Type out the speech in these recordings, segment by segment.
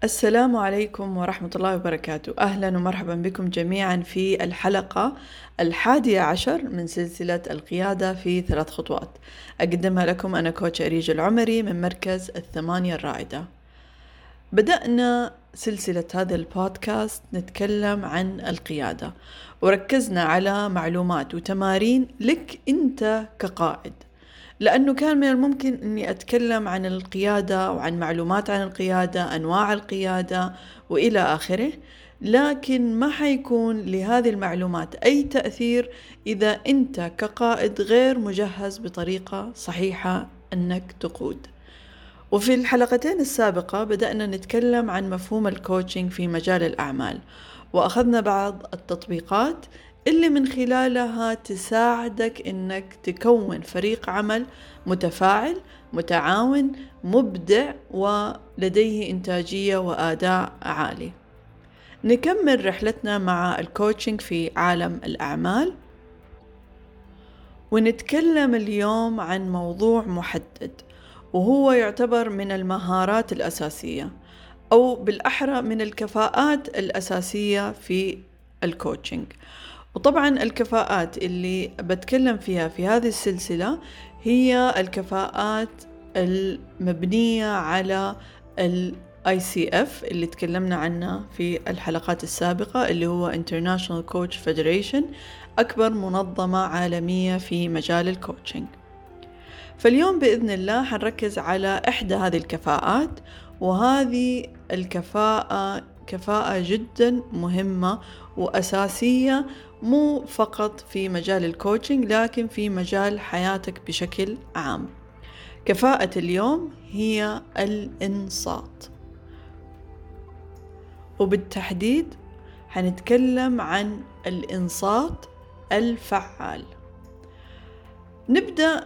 السلام عليكم ورحمة الله وبركاته. أهلا ومرحبا بكم جميعا في الحلقة 11 من سلسلة القيادة في 3 خطوات. أقدمها لكم أنا كوتش أريج العمري من مركز الثمانية الرائدة. بدأنا سلسلة هذا البودكاست نتكلم عن القيادة، وركزنا على معلومات وتمارين لك أنت كقائد، لأنه كان من الممكن أني أتكلم عن القيادة وعن معلومات عن القيادة، أنواع القيادة وإلى آخره، لكن ما حيكون لهذه المعلومات أي تأثير إذا أنت كقائد غير مجهز بطريقة صحيحة أنك تقود. وفي الحلقتين السابقة بدأنا نتكلم عن مفهوم الكوتشنج في مجال الأعمال، وأخذنا بعض التطبيقات اللي من خلالها تساعدك إنك تكون فريق عمل متفاعل متعاون مبدع ولديه إنتاجية وأداء عالي. نكمل رحلتنا مع الكوتشنج في عالم الأعمال، ونتكلم اليوم عن موضوع محدد، وهو يعتبر من المهارات الأساسية، أو بالأحرى من الكفاءات الأساسية في الكوتشنج. وطبعا الكفاءات اللي بتكلم فيها في هذه السلسلة هي الكفاءات المبنية على ال ICF اللي تكلمنا عنه في الحلقات السابقة، اللي هو International Coach Federation، أكبر منظمة عالمية في مجال الكوتشنج. فاليوم بإذن الله حنركز على إحدى هذه الكفاءات، وهذه الكفاءة كفاءة جدا مهمة وأساسية، مو فقط في مجال الكوتشنج لكن في مجال حياتك بشكل عام. كفاءة اليوم هي الإنصات، وبالتحديد حنتكلم عن الإنصات الفعال. نبدأ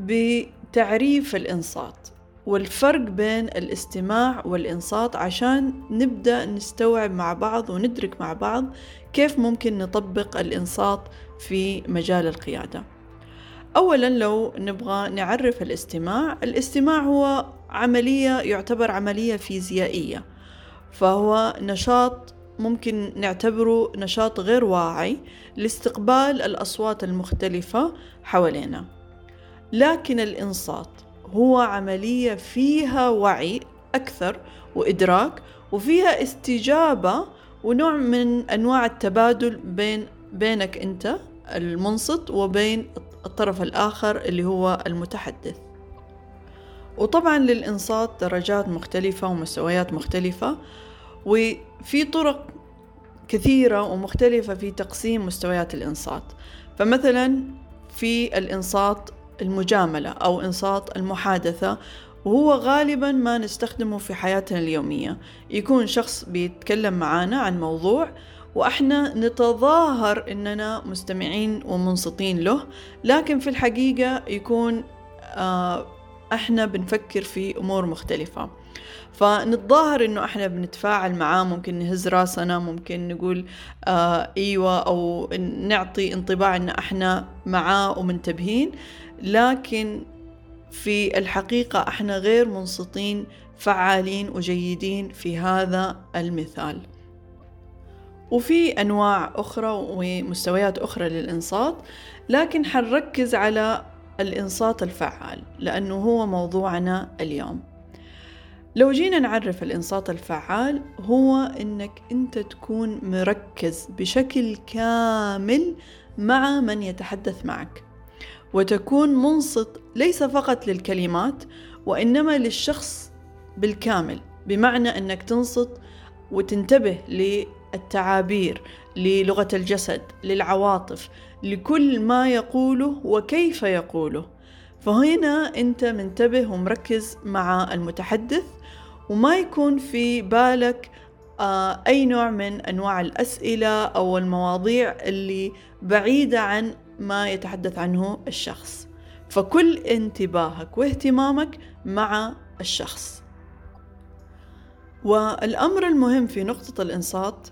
بتعريف الإنصات والفرق بين الاستماع والإنصات، عشان نبدأ نستوعب مع بعض وندرك مع بعض كيف ممكن نطبق الإنصات في مجال القيادة. أولا لو نبغى نعرف الاستماع هو عملية يعتبر عملية فيزيائية، فهو نشاط ممكن نعتبره نشاط غير واعي لاستقبال الأصوات المختلفة حوالينا. لكن الإنصات هو عملية فيها وعي أكثر وإدراك، وفيها استجابة ونوع من أنواع التبادل بينك أنت المنصت وبين الطرف الآخر اللي هو المتحدث. وطبعا للإنصات درجات مختلفة ومستويات مختلفة، وفي طرق كثيرة ومختلفة في تقسيم مستويات الإنصات. فمثلا في الإنصات المجاملة أو إنصات المحادثة، وهو غالبا ما نستخدمه في حياتنا اليومية. يكون شخص بيتكلم معانا عن موضوع وإحنا نتظاهر إننا مستمعين ومنصتين له، لكن في الحقيقة يكون إحنا بنفكر في أمور مختلفة. فنتظاهر إنه إحنا بنتفاعل معاه، ممكن نهز راسنا، ممكن نقول أيوة، أو نعطي انطباع إن إحنا معاه ومنتبهين، لكن في الحقيقة إحنا غير منصتين فعالين وجيدين في هذا المثال. وفي أنواع أخرى ومستويات أخرى للإنصات، لكن حنركز على الإنصات الفعال لأنه هو موضوعنا اليوم. لو جينا نعرف الإنصات الفعال، هو إنك أنت تكون مركز بشكل كامل مع من يتحدث معك، وتكون منصت ليس فقط للكلمات وإنما للشخص بالكامل، بمعنى أنك تنصت وتنتبه للتعابير، للغة الجسد، للعواطف، لكل ما يقوله وكيف يقوله. فهنا أنت منتبه ومركز مع المتحدث، وما يكون في بالك أي نوع من أنواع الأسئلة أو المواضيع اللي بعيدة عن ما يتحدث عنه الشخص. فكل انتباهك واهتمامك مع الشخص. والأمر المهم في نقطة الإنصات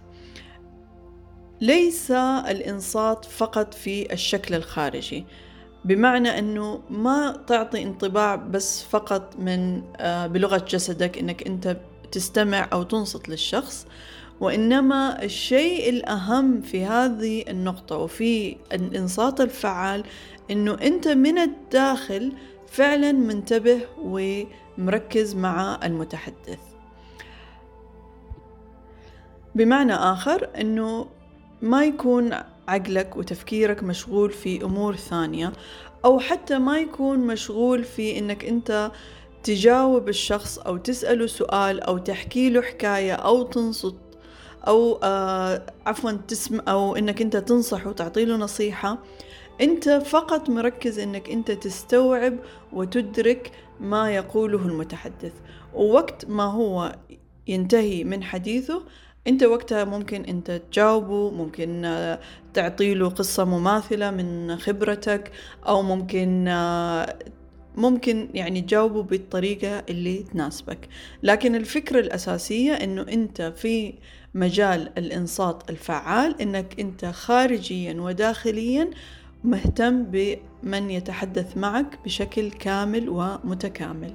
ليس الإنصات فقط في الشكل الخارجي، بمعنى أنه ما تعطي انطباع بس فقط من بلغة جسدك أنك أنت تستمع أو تنصت للشخص، وإنما الشيء الأهم في هذه النقطة وفي الإنصات الفعال إنه أنت من الداخل فعلا منتبه ومركز مع المتحدث. بمعنى آخر إنه ما يكون عقلك وتفكيرك مشغول في أمور ثانية، أو حتى ما يكون مشغول في إنك أنت تجاوب الشخص أو تسأله سؤال أو تحكي له حكاية أو تنصت أو تسمع أو إنك أنت تنصح وتعطي له نصيحة. أنت فقط مركز إنك أنت تستوعب وتدرك ما يقوله المتحدث، ووقت ما هو ينتهي من حديثه أنت وقتها ممكن أنت تجاوبه، ممكن تعطيله قصة مماثلة من خبرتك، أو ممكن يعني تجاوبه بالطريقة اللي تناسبك. لكن الفكرة الأساسية إنه أنت في مجال الإنصات الفعال إنك أنت خارجيا وداخليا مهتم بمن يتحدث معك بشكل كامل ومتكامل.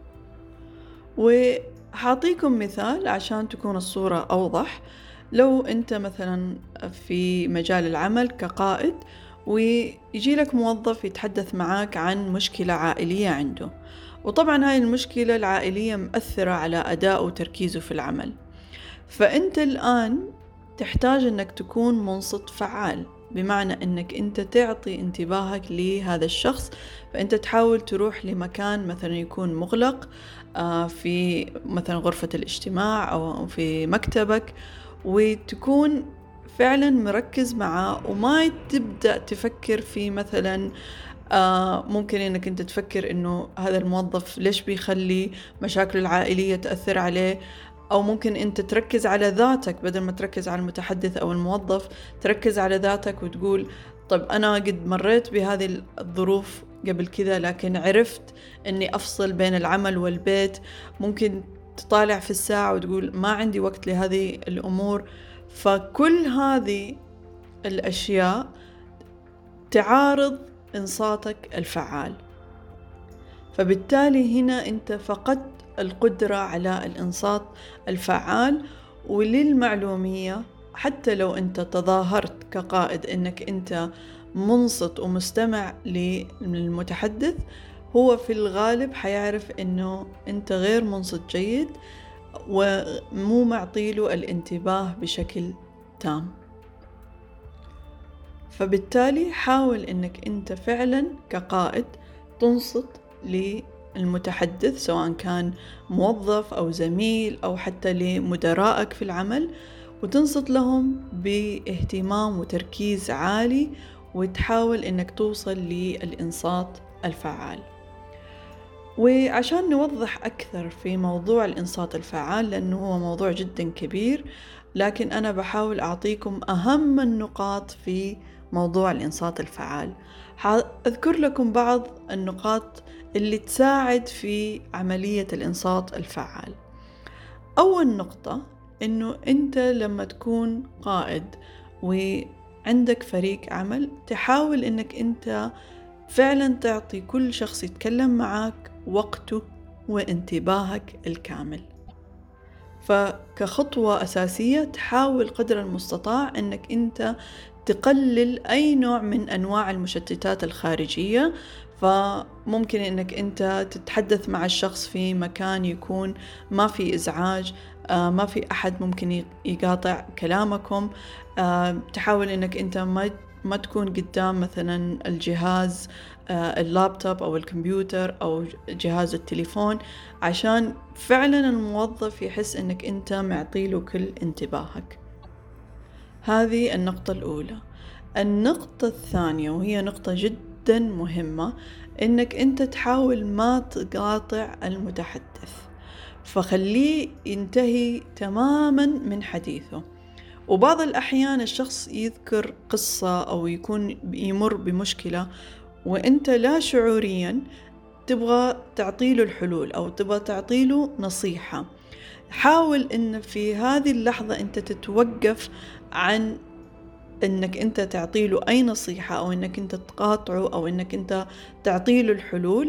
وحاعطيكم مثال عشان تكون الصورة أوضح. لو أنت مثلا في مجال العمل كقائد ويجي لك موظف يتحدث معك عن مشكلة عائلية عنده، وطبعا هاي المشكلة العائلية مؤثرة على أدائه وتركيزه في العمل، فأنت الآن تحتاج أنك تكون منصت فعال، بمعنى أنك أنت تعطي انتباهك لهذا الشخص. فأنت تحاول تروح لمكان مثلا يكون مغلق في مثلا غرفة الاجتماع أو في مكتبك، وتكون فعلا مركز معه، وما تبدأ تفكر في مثلا ممكن أنك أنت تفكر أنه هذا الموظف ليش بيخلي مشاكله العائلية تأثر عليه، أو ممكن أنت تركز على ذاتك بدل ما تركز على المتحدث أو الموظف، تركز على ذاتك وتقول طب أنا قد مريت بهذه الظروف قبل كذا، لكن عرفت أني أفصل بين العمل والبيت. ممكن تطالع في الساعة وتقول ما عندي وقت لهذه الأمور. فكل هذه الأشياء تعارض إنصاتك الفعال، فبالتالي هنا أنت فقدت القدرة على الإنصات الفعال. وللمعلومية، حتى لو أنت تظاهرت كقائد أنك أنت منصت ومستمع للمتحدث، هو في الغالب حيعرف أنه أنت غير منصت جيد ومو معطيله الانتباه بشكل تام. فبالتالي حاول أنك أنت فعلا كقائد تنصت للمتحدث، سواء كان موظف أو زميل أو حتى لمدرائك في العمل، وتنصت لهم باهتمام وتركيز عالي، وتحاول أنك توصل للإنصات الفعال. وعشان نوضح أكثر في موضوع الإنصات الفعال، لأنه هو موضوع جدا كبير، لكن أنا بحاول أعطيكم أهم النقاط في موضوع الإنصات الفعال. أذكر لكم بعض النقاط اللي تساعد في عملية الإنصات الفعال. أول نقطة إنه أنت لما تكون قائد وعندك فريق عمل، تحاول إنك أنت فعلا تعطي كل شخص يتكلم معك وقته وانتباهك الكامل. فكخطوة أساسية تحاول قدر المستطاع إنك أنت تقلل أي نوع من أنواع المشتتات الخارجية. فممكن إنك أنت تتحدث مع الشخص في مكان يكون ما في إزعاج، ما في أحد ممكن يقاطع كلامكم. تحاول إنك أنت ما تكون قدام مثلا الجهاز اللابتوب أو الكمبيوتر أو جهاز التليفون، عشان فعلا الموظف يحس إنك أنت معطيله كل انتباهك. هذه النقطة الأولى. النقطة الثانية، وهي نقطة جدا مهمة، إنك أنت تحاول ما تقاطع المتحدث، فخليه ينتهي تماما من حديثه. وبعض الأحيان الشخص يذكر قصة أو يكون يمر بمشكلة، وأنت لا شعوريا تبغى تعطيله الحلول أو تبغى تعطيله نصيحة. حاول إن في هذه اللحظة أنت تتوقف عن إنك أنت تعطيله أي نصيحة أو إنك أنت تقاطعه أو إنك أنت تعطيله الحلول،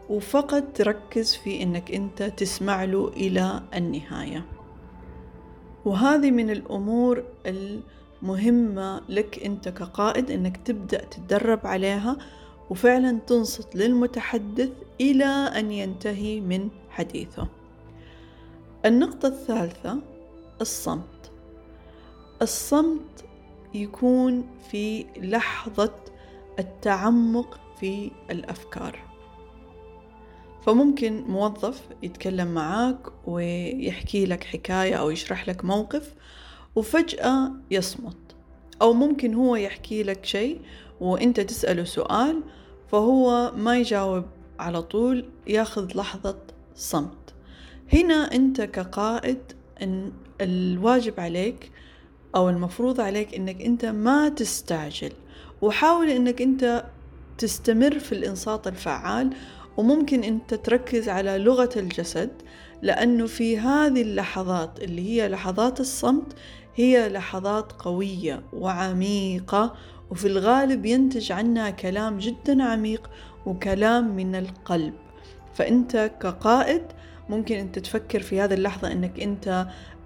وفقط تركز في إنك أنت تسمع له إلى النهاية. وهذه من الأمور المهمة لك أنت كقائد، إنك تبدأ تتدرب عليها وفعلا تنصت للمتحدث إلى أن ينتهي من حديثه. النقطة الثالثة الصمت. الصمت يكون في لحظة التعمق في الأفكار. فممكن موظف يتكلم معاك ويحكي لك حكاية أو يشرح لك موقف وفجأة يصمت، أو ممكن هو يحكي لك شيء وإنت تسأله سؤال فهو ما يجاوب على طول، ياخذ لحظة صمت. هنا أنت كقائد إن الواجب عليك أو المفروض عليك إنك أنت ما تستعجل، وحاول إنك أنت تستمر في الإنصات الفعال، وممكن أنت تركز على لغة الجسد، لأنه في هذه اللحظات اللي هي لحظات الصمت هي لحظات قوية وعميقة، وفي الغالب ينتج عنها كلام جدا عميق وكلام من القلب. فأنت كقائد ممكن أنت تفكر في هذه اللحظة أنك أنت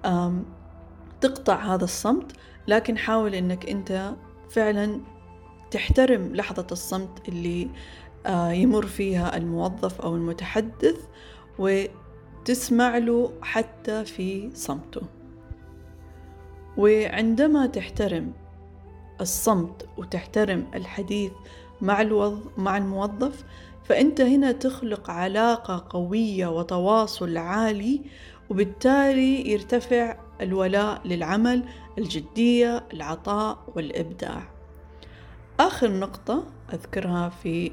تقطع هذا الصمت، لكن حاول أنك أنت فعلا تحترم لحظة الصمت اللي يمر فيها الموظف أو المتحدث، وتسمع له حتى في صمته. وعندما تحترم الصمت وتحترم الحديث مع الموظف، فأنت هنا تخلق علاقة قوية وتواصل عالي، وبالتالي يرتفع الولاء للعمل، الجدية، العطاء والإبداع. آخر نقطة أذكرها في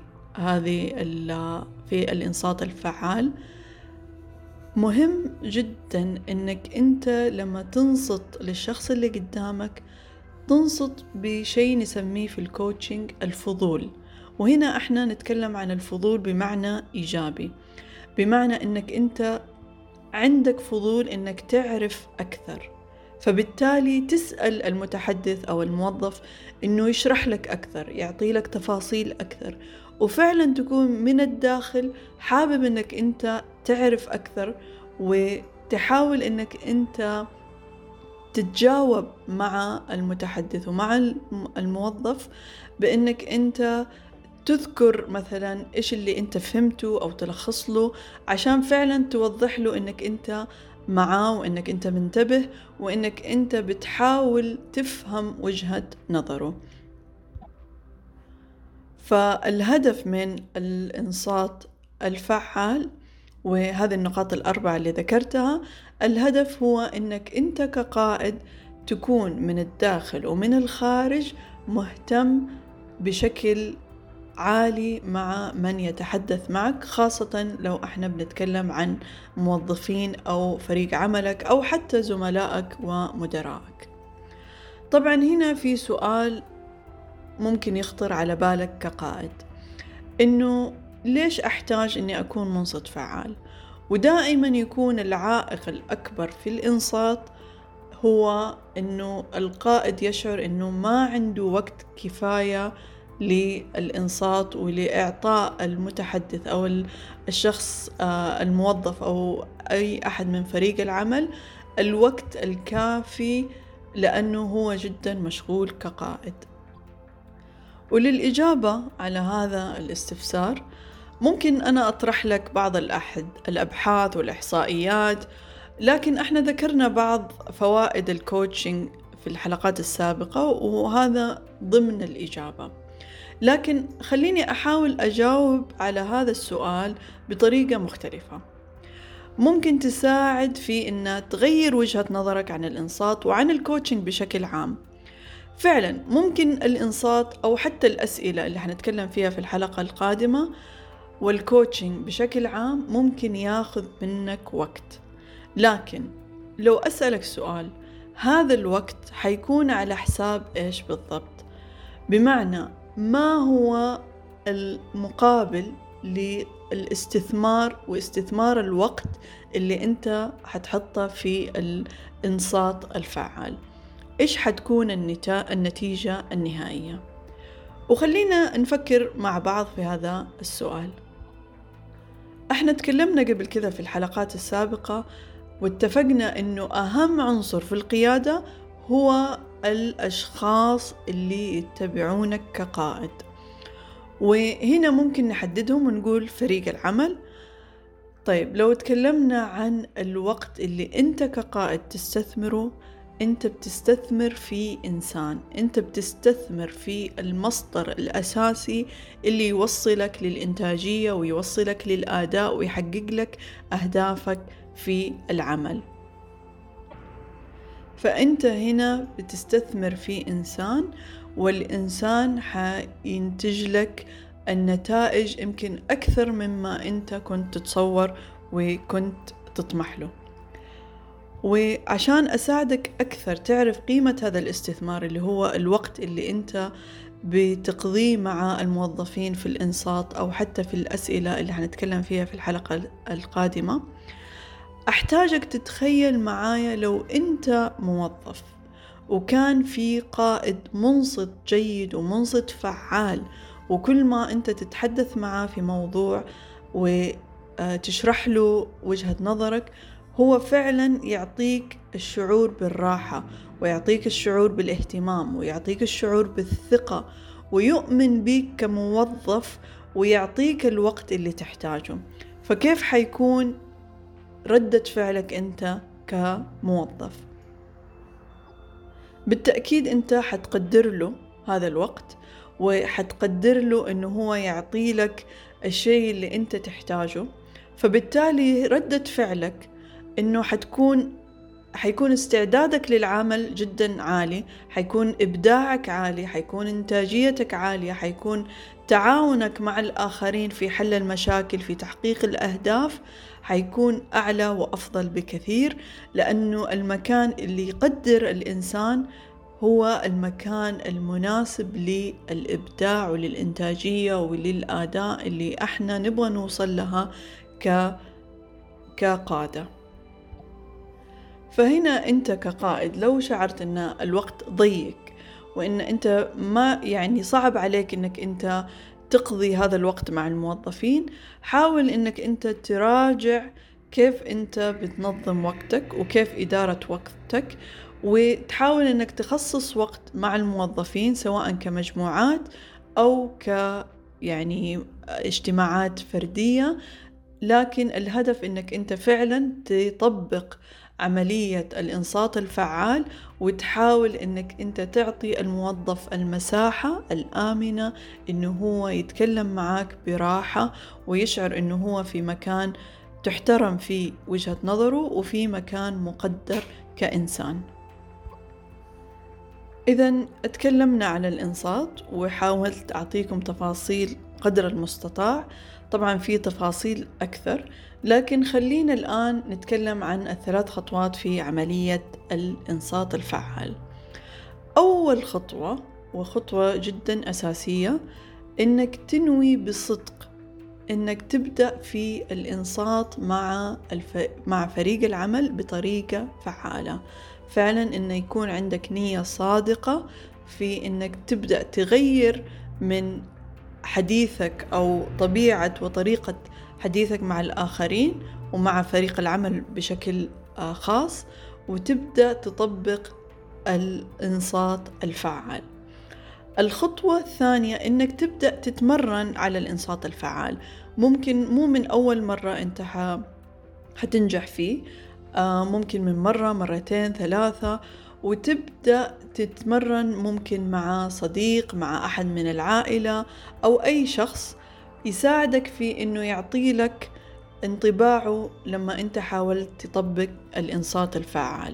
الإنصات الفعال، مهم جدا إنك أنت لما تنصت للشخص اللي قدامك تنصت بشيء نسميه في الكوتشنج الفضول. وهنا احنا نتكلم عن الفضول بمعنى إيجابي، بمعنى إنك أنت عندك فضول إنك تعرف أكثر، فبالتالي تسأل المتحدث أو الموظف إنه يشرح لك أكثر، يعطي لك تفاصيل أكثر، وفعلا تكون من الداخل حابب إنك أنت تعرف أكثر، وتحاول إنك أنت تتجاوب مع المتحدث ومع الموظف بإنك أنت تذكر مثلا إيش اللي أنت فهمته أو تلخص له، عشان فعلا توضح له إنك أنت معاه، وإنك أنت منتبه، وإنك أنت بتحاول تفهم وجهة نظره. فالهدف من الإنصات الفعال، وهذه النقاط الأربعة اللي ذكرتها، الهدف هو إنك أنت كقائد تكون من الداخل ومن الخارج مهتم بشكل عالي مع من يتحدث معك، خاصة لو احنا بنتكلم عن موظفين أو فريق عملك أو حتى زملائك ومدراءك. طبعا هنا في سؤال ممكن يخطر على بالك كقائد، إنه ليش أحتاج إني أكون منصت فعال؟ ودائما يكون العائق الأكبر في الإنصات هو إنه القائد يشعر إنه ما عنده وقت كفاية للإنصات ولإعطاء المتحدث أو الشخص الموظف أو أي أحد من فريق العمل الوقت الكافي، لأنه هو جدا مشغول كقائد. وللإجابة على هذا الاستفسار ممكن أنا أطرح لك بعض الأبحاث والإحصائيات، لكن احنا ذكرنا بعض فوائد الكوتشنج في الحلقات السابقة وهذا ضمن الإجابة، لكن خليني أحاول أجاوب على هذا السؤال بطريقة مختلفة ممكن تساعد في أن تغير وجهة نظرك عن الإنصات وعن الكوتشنج بشكل عام. فعلا ممكن الإنصات أو حتى الأسئلة اللي حنتكلم فيها في الحلقة القادمة والكوتشنج بشكل عام ممكن ياخذ منك وقت، لكن لو أسألك سؤال، هذا الوقت حيكون على حساب إيش بالضبط؟ بمعنى ما هو المقابل للاستثمار واستثمار الوقت اللي أنت حتحطه في الإنصات الفعال؟ إيش حتكون النتيجة النهائية؟ وخلينا نفكر مع بعض في هذا السؤال. احنا تكلمنا قبل كذا في الحلقات السابقة واتفقنا انه اهم عنصر في القيادة هو الاشخاص اللي يتبعونك كقائد، وهنا ممكن نحددهم ونقول فريق العمل. طيب لو تكلمنا عن الوقت اللي انت كقائد تستثمره، انت بتستثمر في انسان، انت بتستثمر في المصدر الاساسي اللي يوصلك للانتاجية ويوصلك للاداء ويحقق لك اهدافك في العمل. فانت هنا بتستثمر في انسان، والانسان حينتج لك النتائج يمكن اكثر مما انت كنت تتصور وكنت تطمح له. وعشان أساعدك أكثر تعرف قيمة هذا الاستثمار اللي هو الوقت اللي أنت بتقضيه مع الموظفين في الإنصات أو حتى في الأسئلة اللي هنتكلم فيها في الحلقة القادمة، أحتاجك تتخيل معايا لو أنت موظف وكان في قائد منصت جيد ومنصت فعال، وكل ما أنت تتحدث معاه في موضوع وتشرح له وجهة نظرك هو فعلا يعطيك الشعور بالراحة ويعطيك الشعور بالاهتمام ويعطيك الشعور بالثقة ويؤمن بك كموظف ويعطيك الوقت اللي تحتاجه، فكيف حيكون ردة فعلك أنت كموظف؟ بالتأكيد أنت حتقدر له هذا الوقت وحتقدر له أنه هو يعطي لك الشيء اللي أنت تحتاجه، فبالتالي ردة فعلك إنه حيكون استعدادك للعمل جدا عالي، حيكون إبداعك عالي، حيكون إنتاجيتك عالية، حيكون تعاونك مع الآخرين في حل المشاكل في تحقيق الأهداف حيكون أعلى وأفضل بكثير، لأنه المكان اللي يقدر الإنسان هو المكان المناسب للإبداع وللإنتاجية وللأداء اللي احنا نبغى نوصل لها كقادة. فهنا أنت كقائد لو شعرت أن الوقت ضيق وأن أنت ما صعب عليك أنك أنت تقضي هذا الوقت مع الموظفين، حاول أنك أنت تراجع كيف أنت بتنظم وقتك وكيف إدارة وقتك، وتحاول أنك تخصص وقت مع الموظفين سواء كمجموعات أو اجتماعات فردية، لكن الهدف أنك أنت فعلا تطبق عملية الإنصات الفعال وتحاول أنك أنت تعطي الموظف المساحة الآمنة أنه هو يتكلم معك براحة ويشعر أنه هو في مكان تحترم فيه وجهة نظره وفي مكان مقدر كإنسان. إذن اتكلمنا عن الإنصات وحاولت أعطيكم تفاصيل قدر المستطاع، طبعا في تفاصيل أكثر، لكن خلينا الآن نتكلم عن الثلاث خطوات في عملية الإنصات الفعال. أول خطوة وخطوة جدا أساسية إنك تنوي بصدق إنك تبدأ في الإنصات مع فريق العمل بطريقة فعالة، فعلا إنه يكون عندك نية صادقة في إنك تبدأ تغير من حديثك أو طبيعة وطريقة حديثك مع الآخرين ومع فريق العمل بشكل خاص، وتبدأ تطبق الإنصات الفعال. الخطوة الثانية إنك تبدأ تتمرن على الإنصات الفعال، ممكن مو من أول مرة أنت حتنجح فيه، ممكن من مرة مرتين ثلاثة، وتبدأ تتمرن ممكن مع صديق، مع أحد من العائلة أو أي شخص يساعدك في إنه يعطي لك انطباعه لما أنت حاولت تطبق الإنصات الفعال.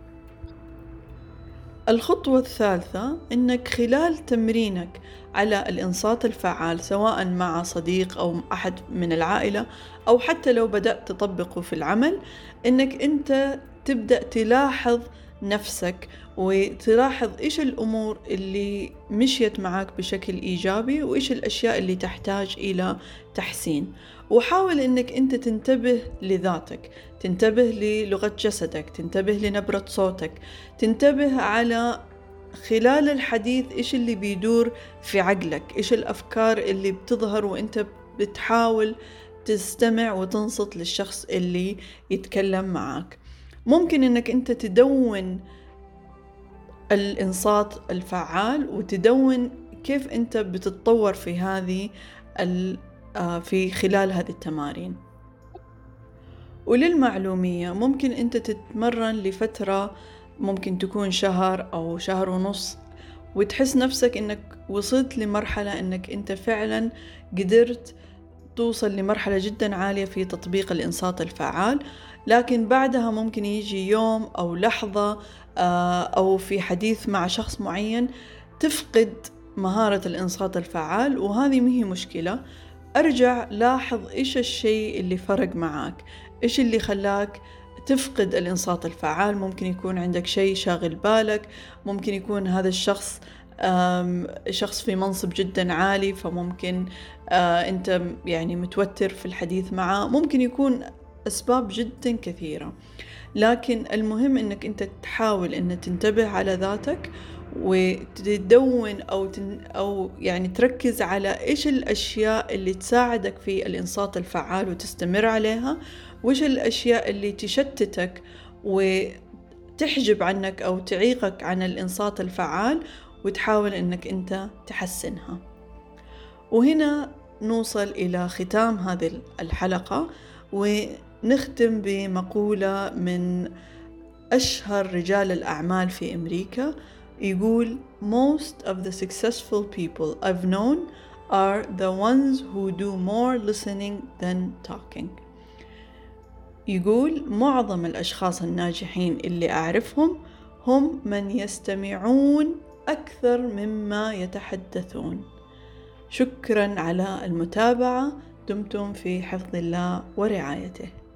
الخطوة الثالثة إنك خلال تمرينك على الإنصات الفعال سواء مع صديق أو أحد من العائلة أو حتى لو بدأت تطبقه في العمل، إنك أنت تبدأ تلاحظ نفسك وتلاحظ إيش الأمور اللي مشيت معك بشكل إيجابي وإيش الأشياء اللي تحتاج إلى تحسين، وحاول إنك أنت تنتبه لذاتك، تنتبه للغة جسدك، تنتبه لنبرة صوتك، تنتبه على خلال الحديث إيش اللي بيدور في عقلك، إيش الأفكار اللي بتظهر وإنت بتحاول تستمع وتنصت للشخص اللي يتكلم معك. ممكن إنك أنت تدون الإنصات الفعال وتدون كيف أنت بتتطور في هذه في خلال هذه التمارين. وللمعلومية ممكن أنت تتمرن لفترة ممكن تكون شهر أو شهر ونص، وتحس نفسك أنك وصلت لمرحلة أنك أنت فعلا قدرت توصل لمرحلة جدا عالية في تطبيق الإنصات الفعال. لكن بعدها ممكن يجي يوم أو لحظة أو في حديث مع شخص معين تفقد مهارة الإنصات الفعال، وهذه مهي مشكلة. أرجع لاحظ إيش الشيء اللي فرق معاك، إيش اللي خلاك تفقد الإنصات الفعال. ممكن يكون عندك شيء شاغل بالك، ممكن يكون هذا الشخص شخص في منصب جدا عالي، فممكن أنت يعني متوتر في الحديث معه. ممكن يكون أسباب جدا كثيرة، لكن المهم أنك أنت تحاول أن تنتبه على ذاتك وتدون أو يعني تركز على إيش الأشياء اللي تساعدك في الإنصات الفعال وتستمر عليها، وإيش الأشياء اللي تشتتك وتحجب عنك أو تعيقك عن الإنصات الفعال، وتحاول أنك أنت تحسنها. وهنا نوصل إلى ختام هذه الحلقة، ونختم بمقولة من أشهر رجال الأعمال في أمريكا، يقول Most of the successful people I've known are the ones who do more listening than talking. يقول معظم الأشخاص الناجحين اللي أعرفهم هم من يستمعون أكثر مما يتحدثون. شكرا على المتابعة، دمتم في حفظ الله ورعايته.